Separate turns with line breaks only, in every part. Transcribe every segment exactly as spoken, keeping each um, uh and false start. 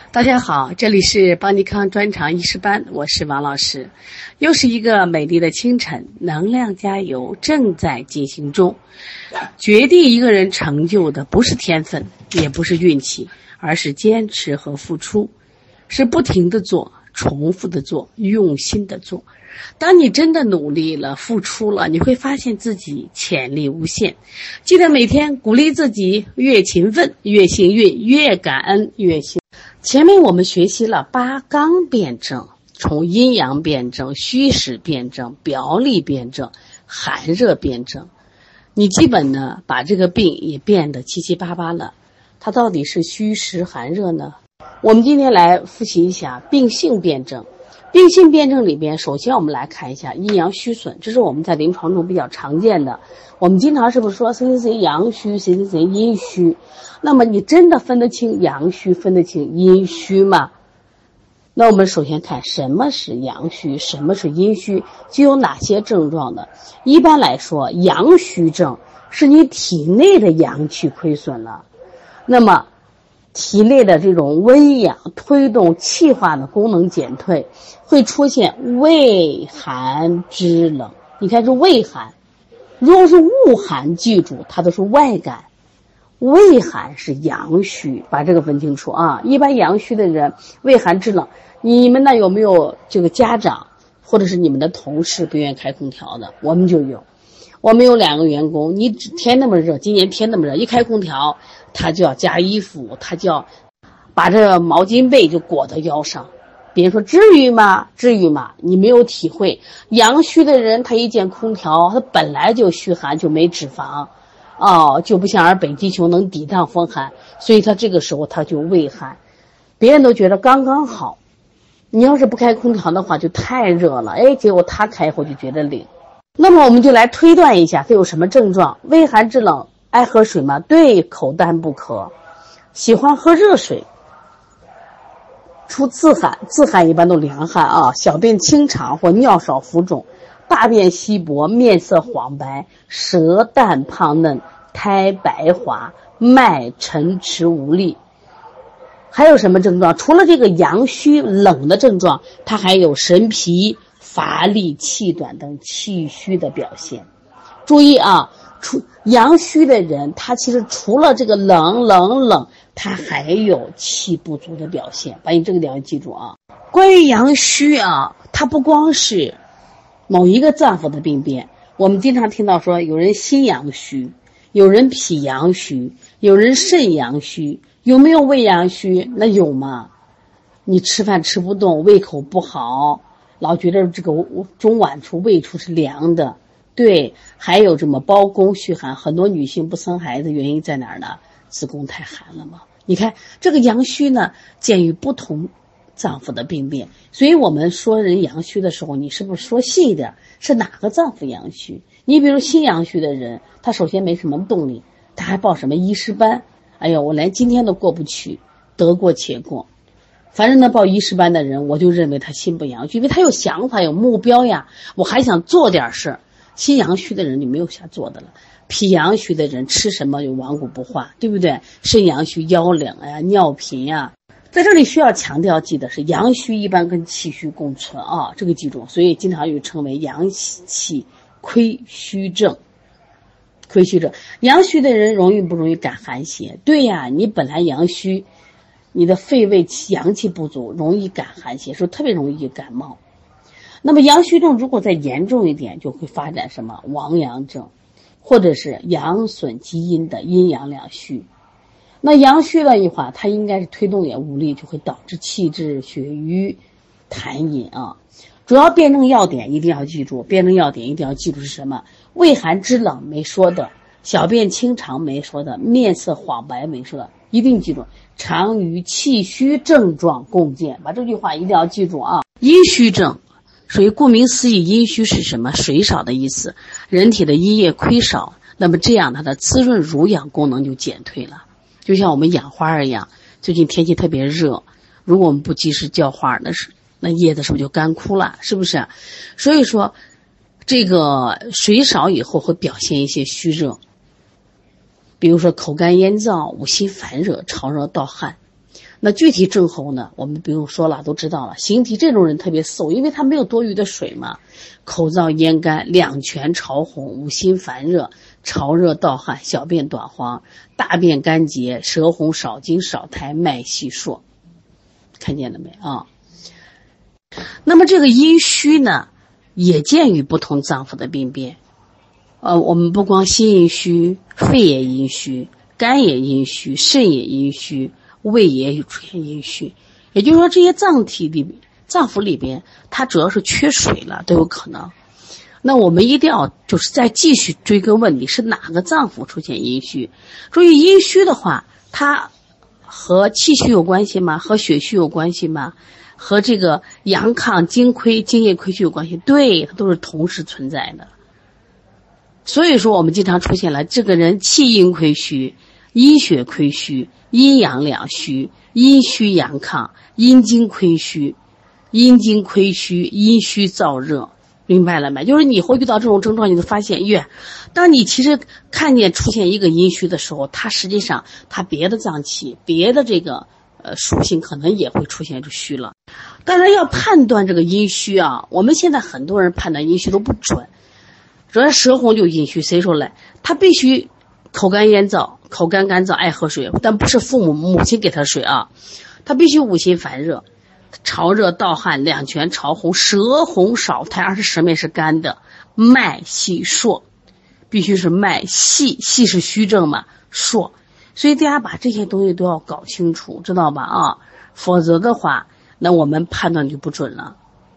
大家好，这里是邦尼康专场医师班，我是王老师。又是一个美丽的清晨，能量加油正在进行中。决定一个人成就的不是天分，也不是运气，而是坚持和付出，是不停的做，重复的做，用心的做。当你真的努力了，付出了，你会发现自己潜力无限。记得每天鼓励自己，越勤奋越幸运，越感恩越幸运。前面我们学习了八纲辩证，从阴阳辩证、虚实辩证、表里辩证、寒热辩证，你基本呢把这个病也变得七七八八了。它到底是虚实寒热呢？我们今天来复习一下病性辩证。病性辩证里边，首先我们来看一下阴阳虚损，这是我们在临床中比较常见的。我们经常是不是说谁谁谁阳虚，谁谁谁阴虚？那么你真的分得清阳虚，分得清阴虚吗？那我们首先看什么是阳虚，什么是阴虚，具有哪些症状的。一般来说，阳虚症是你体内的阳气亏损了，那么体内的这种温养推动气化的功能减退，会出现畏寒肢冷。你看是畏寒，如果是恶寒，记住它都是外感，畏寒是阳虚，把这个分清楚啊。一般阳虚的人畏寒肢冷，你们那有没有这个家长或者是你们的同事不愿意开空调的？我们就有。我们有两个员工，你天那么热，今年天那么热，一开空调他就要加衣服，他就要把这个毛巾被就裹到腰上。别人说至于吗？至于吗？你没有体会。阳虚的人他一见空调，他本来就虚寒，就没脂肪哦，就不像而北极熊能抵挡风寒，所以他这个时候他就畏寒。别人都觉得刚刚好，你要是不开空调的话就太热了，哎，结果他开以后就觉得冷。那么我们就来推断一下他有什么症状。畏寒肢冷，爱喝水吗？对，口淡不渴，喜欢喝热水，出自汗，自汗一般都凉汗啊，小便清长或尿少浮肿，大便稀薄，面色黄白，舌淡胖嫩，苔白滑，脉沉迟无力。还有什么症状？除了这个阳虚冷的症状，它还有神疲、乏力、气短等气虚的表现。注意啊，除阳虚的人，他其实除了这个冷冷冷，他还有气不足的表现，把你这个点要记住啊。关于阳虚啊，它不光是某一个脏腑的病变，我们经常听到说有人心阳虚，有人脾阳虚，有人肾阳虚，有没有胃阳虚？那有吗？你吃饭吃不动，胃口不好，老觉得这个中脘处胃处是凉的。对，还有这么包宫虚寒，很多女性不生孩子原因在哪儿呢？子宫太寒了嘛。你看这个阳虚呢，见于不同脏腑的病变，所以我们说人阳虚的时候，你是不是说细一点，是哪个脏腑阳虚？你比如心阳虚的人，他首先没什么动力，他还报什么医师班，哎呦，我连今天都过不去，得过且过。凡是能报医师班的人，我就认为他心不阳虚，因为他有想法有目标呀，我还想做点事儿。心阳虚的人你没有想做的了，脾阳虚的人吃什么就顽固不化，对不对？肾阳虚腰冷呀、尿频呀。在这里需要强调记得是阳虚一般跟气虚共存啊，这个记住。所以经常又称为阳气亏虚症。亏虚症，阳虚的人容易不容易感寒邪？对呀，你本来阳虚，你的肺胃阳气不足，容易感寒邪，说特别容易感冒。那么阳虚症如果再严重一点，就会发展什么亡阳症，或者是阳损基因的阴阳两虚。那阳虚了的话，它应该是推动也无力，就会导致气滞血瘀痰饮啊。主要辩证要点一定要记住，辩证要点一定要记住是什么？畏寒肢冷没说的，小便清长没说的，面色黄白没说的，一定记住，常与气虚症状共见，把这句话一定要记住啊。阴虚症所以顾名思义，阴虚是什么？水少的意思，人体的阴液亏少，那么这样它的滋润濡养功能就减退了。就像我们养花一样，最近天气特别热，如果我们不及时浇花，那是那叶子是不是就干枯了？是不是？所以说这个水少以后会表现一些虚热，比如说口干咽燥、恶心烦热、潮热盗汗。 那具体症候呢，我们不用说了，都知道了。形体这种人特别瘦，因为他没有多余的水嘛，口燥咽干，两拳潮红，五心烦热，潮热盗汗，小便短黄，大便干结，舌红少津少苔，脉细数。看见了没啊？那么这个阴虚呢，也见于不同脏腑的病变。呃，我们不光心阴虚，肺也阴虚，肝也阴虚，肾也阴虚，胃也出现阴虚。也就是说，这些脏体里、脏腑里边，它主要是缺水了，都有可能。那我们一定要就是再继续追根问底，是哪个脏腑出现阴虚？注意阴虚的话，它和气虚有关系吗？和血虚有关系吗？和这个阳亢、精亏、津液亏虚有关系？对，它都是同时存在的。所以说我们经常出现了这个人气阴亏虚、阴血亏虚、阴阳两虚、阴虚阳亢、阴精亏虚、阴精亏虚、阴虚燥热，明白了没？就是你会遇到这种症状，你就发现，耶，当你其实看见出现一个阴虚的时候，它实际上它别的脏器、别的这个呃属性可能也会出现就虚了。当然要判断这个阴虚啊，我们现在很多人判断阴虚都不准。主要舌红就阴虚，谁说来？他必须口干咽燥，口干干燥爱喝水，但不是父母母亲给他水啊，他必须五心烦热，潮热盗汗，两拳潮红，舌红少苔，而是舌面是干的，脉细数，必须是脉细，细是虚症嘛，数，所以大家把这些东西都要搞清楚，知道吧啊？否则的话，那我们判断就不准了。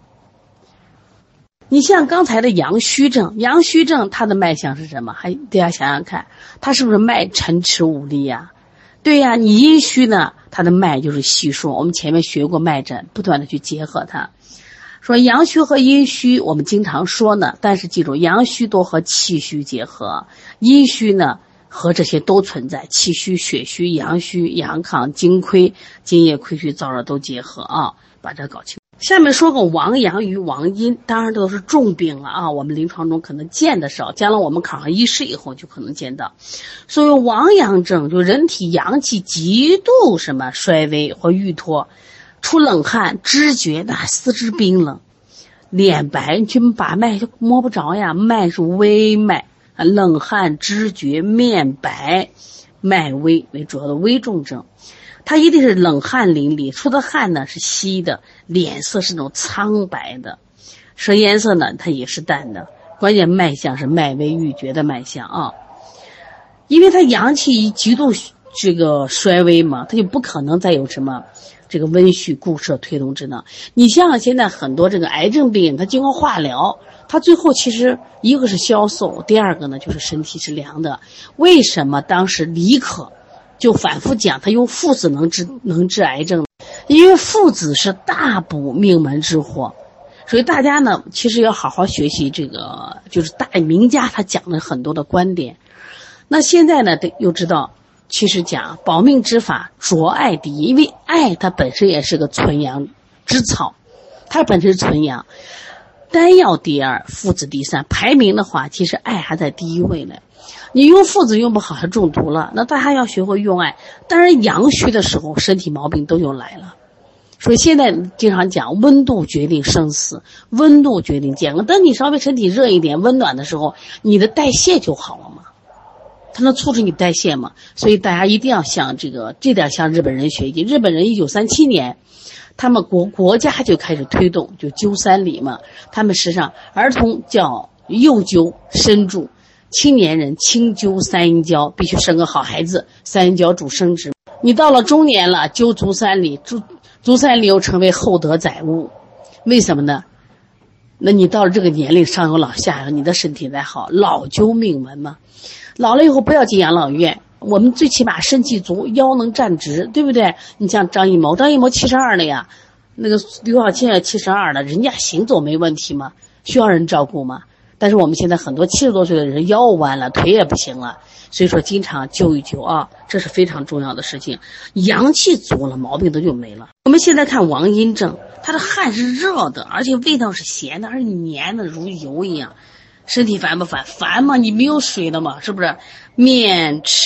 你像刚才的阳虚症，阳虚症它的脉象是什么？还大家想想看，它是不是脉沉迟无力呀？对呀，你阴虚呢，它的脉就是细数。我们前面学过脉诊，不断的去结合它。说阳虚和阴虚，我们经常说呢，但是记住，阳虚多和气虚结合，阴虚呢和这些都存在，气虚、血虚、阳虚、阳亢、精亏、津液亏虚、燥热都结合啊，把这搞清楚。下面说个王阳与王阴，当然这都是重病了啊，我们临床中可能见得少，将来我们考上医师以后就可能见到。所以王阳症就人体阳气极度什么衰微或郁脱，出冷汗，知觉那四肢冰冷，脸白，你去把脉就摸不着呀，脉是微脉，冷汗知觉面白，脉微为主要的危重症。它一定是冷汗淋漓，出的汗呢是稀的，脸色是那种苍白的，舌颜色呢它也是淡的，关键脉象是脉微郁绝的脉象啊。因为它阳气极度这个衰微嘛，它就不可能再有什么这个温煦固摄推动之能。你想想现在很多这个癌症病人，他经过化疗，他最后其实一个是消瘦，第二个呢就是身体是凉的。为什么当时李可就反复讲他用附子能治能治癌症？因为附子是大补命门之火，所以大家呢其实要好好学习这个，就是大名家他讲了很多的观点。那现在呢又知道，其实讲保命之法着艾第一，因为艾它本身也是个纯阳之草，它本身是纯阳，丹药第二，附子第三，排名的话其实艾还在第一位呢。你用附子用不好，它中毒了，那大家要学会用艾。当然阳虚的时候身体毛病都有来了，所以现在经常讲温度决定生死，温度决定健康。等你稍微身体热一点温暖的时候，你的代谢就好了嘛，它能促使你代谢嘛。所以大家一定要向这个这点向日本人学习。日本人一九三七年他们国国家就开始推动就灸三里嘛，他们实际上儿童叫幼灸深助，青年人轻灸三阴交，必须生个好孩子，三阴交主生殖。你到了中年了，灸足三里，足足三里又成为厚德载物。为什么呢？那你到了这个年龄，上有老下有，你的身体才好，老灸命门嘛。老了以后不要进养老院，我们最起码肾气足，腰能站直，对不对？你像张艺谋，张艺谋七十二了呀，那个刘晓庆也七十二了，人家行走没问题吗？需要人照顾吗？但是我们现在很多七十多岁的人腰弯了，腿也不行了，所以说经常灸一灸啊，这是非常重要的事情。阳气足了，毛病都就没了。我们现在看王阴症，他的汗是热的，而且味道是咸的，而且黏的如油一样。身体烦不烦？烦嘛，你没有水了嘛，是不是？面赤，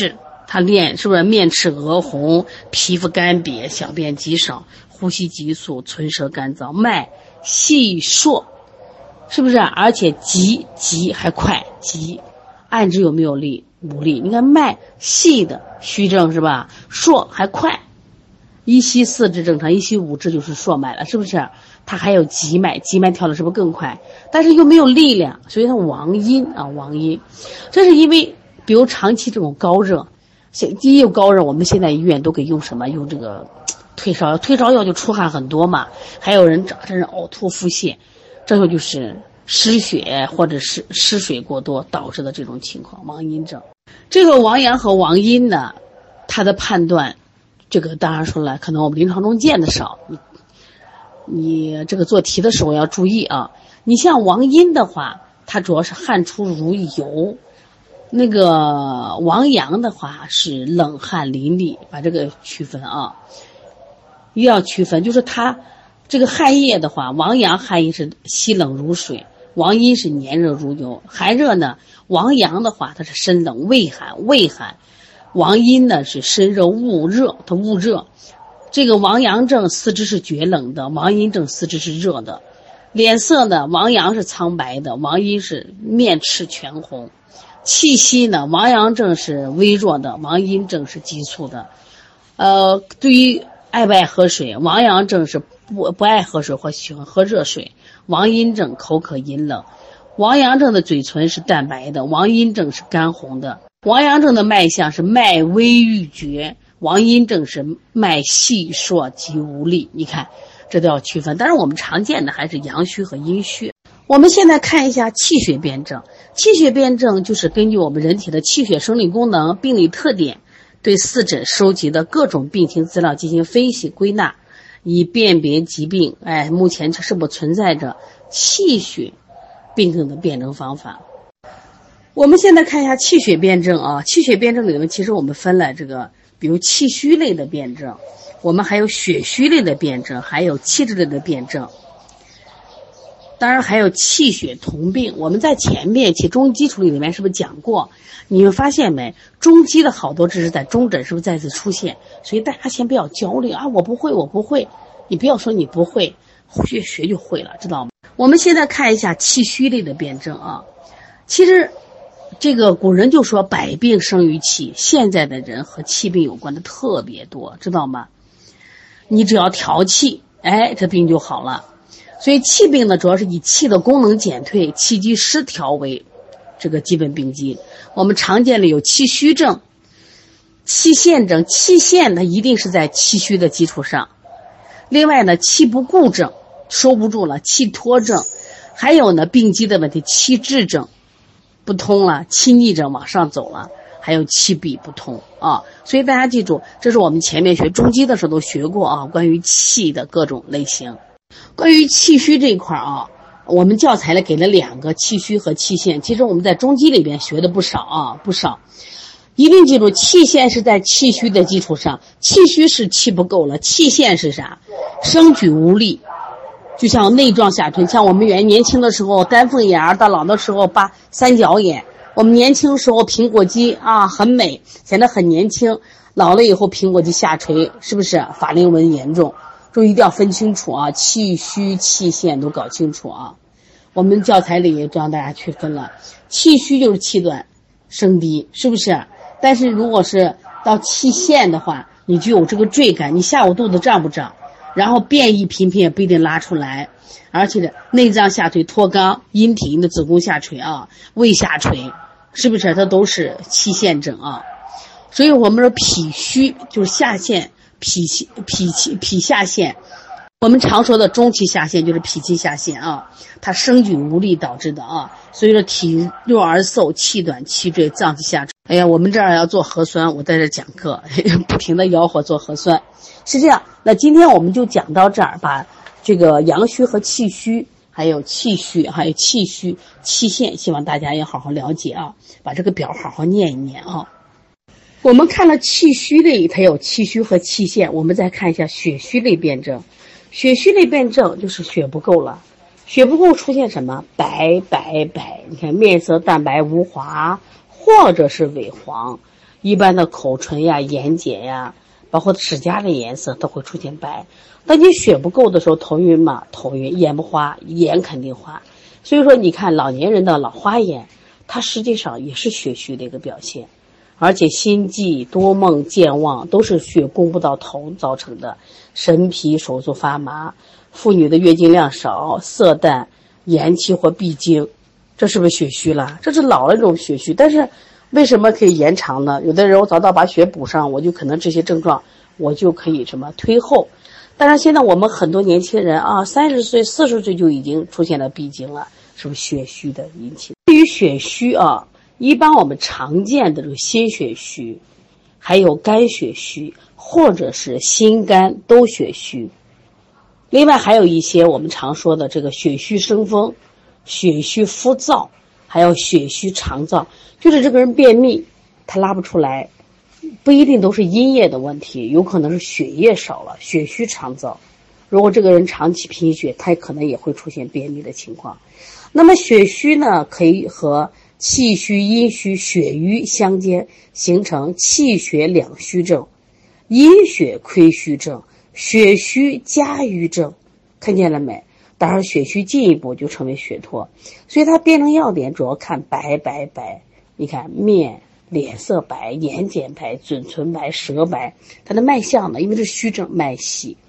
他脸是不是面赤额红，皮肤干瘪，小便极少，呼吸急促，唇舌干燥，脉细硕，是不是？而且急急还快，急按之有没有力？无力。你看脉细的虚症是吧？硕还快，一息四至正常，一息五至就是硕脉了，是不是？它还有急脉，急脉跳的是不是更快？但是又没有力量，所以它亡阴啊，亡阴。这是因为比如长期这种高热，一有高热，我们现在医院都给用什么？用这个退烧药，退烧药就出汗很多嘛。还有人长真是呕吐腹泻，这个就是失血或者是失水过多导致的这种情况，亡阴症。这个亡阳和亡阴呢，它的判断，这个当然说了，可能我们临床中见的少，你你这个做题的时候要注意啊。你像亡阴的话，它主要是汗出如油，那个亡阳的话是冷汗淋漓，把这个区分啊，一定要区分。就是它这个汗液的话，亡阳汗液是稀冷如水，亡阴是黏热如油。寒热呢，亡阳的话它是身冷畏寒，畏寒；亡阴呢是身热恶热，它恶热。这个亡阳症四肢是厥冷的，亡阴症四肢是热的。脸色呢，亡阳是苍白的，亡阴是面赤全红。气息呢，亡阳症是微弱的，亡阴症是急促的。呃，对于爱不爱喝水，亡阳症是不不爱喝水或喜欢喝热水，亡阴症口渴阴冷。亡阳症的嘴唇是淡白的，亡阴症是干红的。亡阳症的脉象是脉微欲绝，亡阴症是脉细硕及无力。你看这都要区分，但是我们常见的还是阳虚和阴虚。我们现在看一下气血辩证。气血辩证就是根据我们人体的气血生理功能、病理特点，对四诊收集的各种病情资料进行分析归纳，以辨别疾病，哎，目前是不是存在着气血病症的辩证方法。我们现在看一下气血辩证啊，气血辩证里面其实我们分了这个，比如气虚类的辩证，我们还有血虚类的辩证，还有气滞类的辩证。当然还有气血同病，我们在前面其中基础里面是不是讲过？你们发现没？中基的好多知识在中诊是不是再次出现？所以大家先不要焦虑啊，我不会，我不会，你不要说你不会，越学就会了，知道吗？我们现在看一下气虚类的辩证啊。其实这个古人就说百病生于气，现在的人和气病有关的特别多，知道吗？你只要调气，哎，这病就好了。所以气病呢，主要是以气的功能减退、气机失调为这个基本病机。我们常见的有气虚症、气陷症，气陷它一定是在气虚的基础上。另外呢，气不固症，收不住了，气脱症，还有呢病机的问题，气滞症不通了，气逆症往上走了，还有气闭不通啊。所以大家记住，这是我们前面学中基的时候都学过啊，关于气的各种类型。关于气虚这一块啊，我们教材里给了两个气虚和气陷，其实我们在中基里边学的不少啊，不少。一定记住，气陷是在气虚的基础上，气虚是气不够了，气陷是啥？生举无力，就像内状下垂，像我们原年轻的时候丹凤眼，到老的时候把三角眼。我们年轻时候苹果肌啊很美，显得很年轻，老了以后苹果肌下垂，是不是法令纹严重？就一定要分清楚啊，气虚气陷都搞清楚啊。我们教材里也让大家区分了，气虚就是气短声低，是不是？但是如果是到气陷的话，你就有这个坠感，你下午肚子胀不胀，然后便意频频也不一定拉出来，而且内脏下垂脱肛，阴体的子宫下垂啊，胃下垂，是不是？它都是气陷症啊。所以我们说脾虚就是下陷，脾气脾气脾下陷，我们常说的中气下陷就是脾气下陷啊，它生举无力导致的啊。所以说体弱而瘦，气短气坠，脏气下垂。哎呀，我们这儿要做核酸，我在这讲课不停的吆喝做核酸，是这样。那今天我们就讲到这儿，把这个阳虚和气虚，还有气虚，还有气虚气陷，希望大家也好好了解啊，把这个表好好念一念啊。我们看了气虚类，它有气虚和气陷，我们再看一下血虚类辩证。血虚类辩证就是血不够了，血不够出现什么？白白白，你看面色淡白无华，或者是萎黄， 一般的口唇呀、眼睑呀，包括指甲的颜色都会出现白。当你血不够的时候，头晕嘛，头晕；眼不花，眼肯定花。所以说，你看老年人的老花眼，它实际上也是血虚的一个表现。而且心悸、多梦、健忘都是血供不到头造成的，神疲、手足发麻，妇女的月经量少、色淡、延期或闭经，这是不是血虚了？这是老了一种血虚，但是为什么可以延长呢？有的人我早早把血补上，我就可能这些症状我就可以什么推后。当然现在我们很多年轻人啊，三十岁、四十岁就已经出现了闭经了，是不是血虚的引起？对于血虚啊，一般我们常见的这个心血虚，还有肝血虚，或者是心肝都血虚。另外还有一些我们常说的这个血虚生风、血虚腹燥，还有血虚肠燥，就是这个人便秘他拉不出来，不一定都是阴液的问题，有可能是血液少了，血虚肠燥。如果这个人长期贫血，他可能也会出现便秘的情况。那么血虚呢，可以和气虚、阴虚、血瘀相间，形成气血两虚症、阴血亏虚症、血虚加瘀症，看见了没？当然血虚进一步就成为血脱。所以它辨证要点主要看白白白，你看面脸色白、眼睑白、嘴唇白、舌白，它的脉象呢，因为是虚症，脉细。